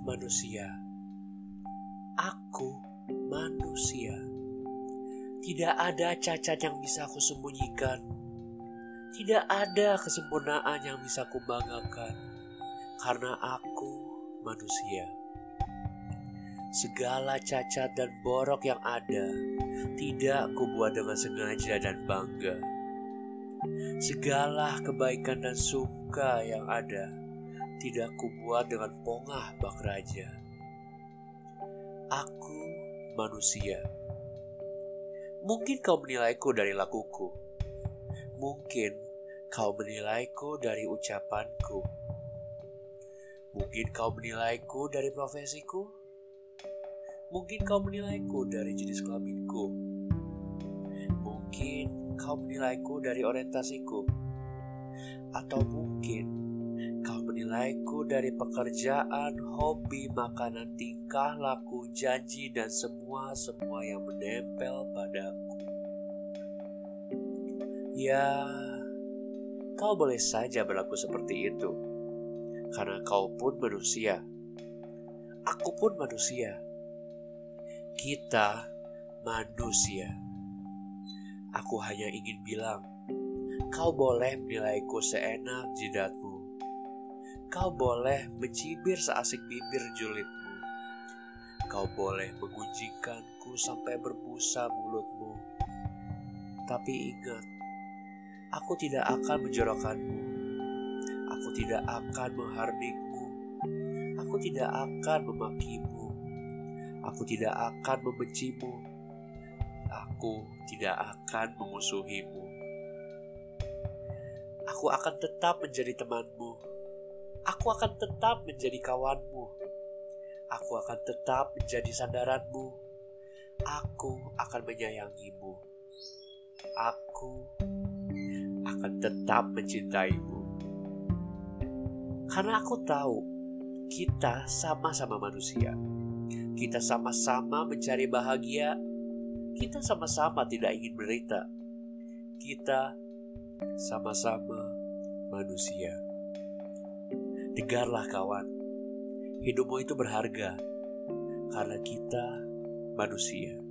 manusia. Aku manusia. Tidak ada cacat yang bisa aku sembunyikan. Tidak ada kesempurnaan yang bisa aku banggakan. Karena aku manusia. Segala cacat dan borok yang ada tidak aku buat dengan sengaja dan bangga. Segala kebaikan dan suka yang ada tidak aku buat dengan pongah bak raja. Aku manusia. Mungkin kau menilaiku dari lakuku. Mungkin kau menilaiku dari ucapanku. Mungkin kau menilaiku dari profesiku. Mungkin kau menilaiku dari jenis kelaminku. Mungkin kau menilaiku dari orientasiku. Atau mungkin kau menilaiku dari pekerjaan, hobi, makanan, tingkah, laku, janji, dan semua yang menempel padaku. Ya, kau boleh saja berlaku seperti itu. Karena kau pun manusia. Aku pun manusia. Kita manusia. Aku hanya ingin bilang, kau boleh menilaiku seenak jidatmu. Kau boleh mencibir seasik bibir julidmu. Kau boleh mengunjingkanku sampai berbusa mulutmu. Tapi ingat, aku tidak akan menjorokanmu. Aku tidak akan menghardikmu. Aku tidak akan memakimu. Aku tidak akan membencimu. Aku tidak akan memusuhimu. Aku akan tetap menjadi temanmu. Aku akan tetap menjadi kawanmu. Aku akan tetap menjadi sandaranmu. Aku akan menyayangimu. Aku akan tetap mencintaimu. Karena aku tahu kita sama-sama manusia. Kita sama-sama mencari bahagia. Kita sama-sama tidak ingin menderita. Kita sama-sama manusia. Dengarlah kawan, hidupmu itu berharga karena kita manusia.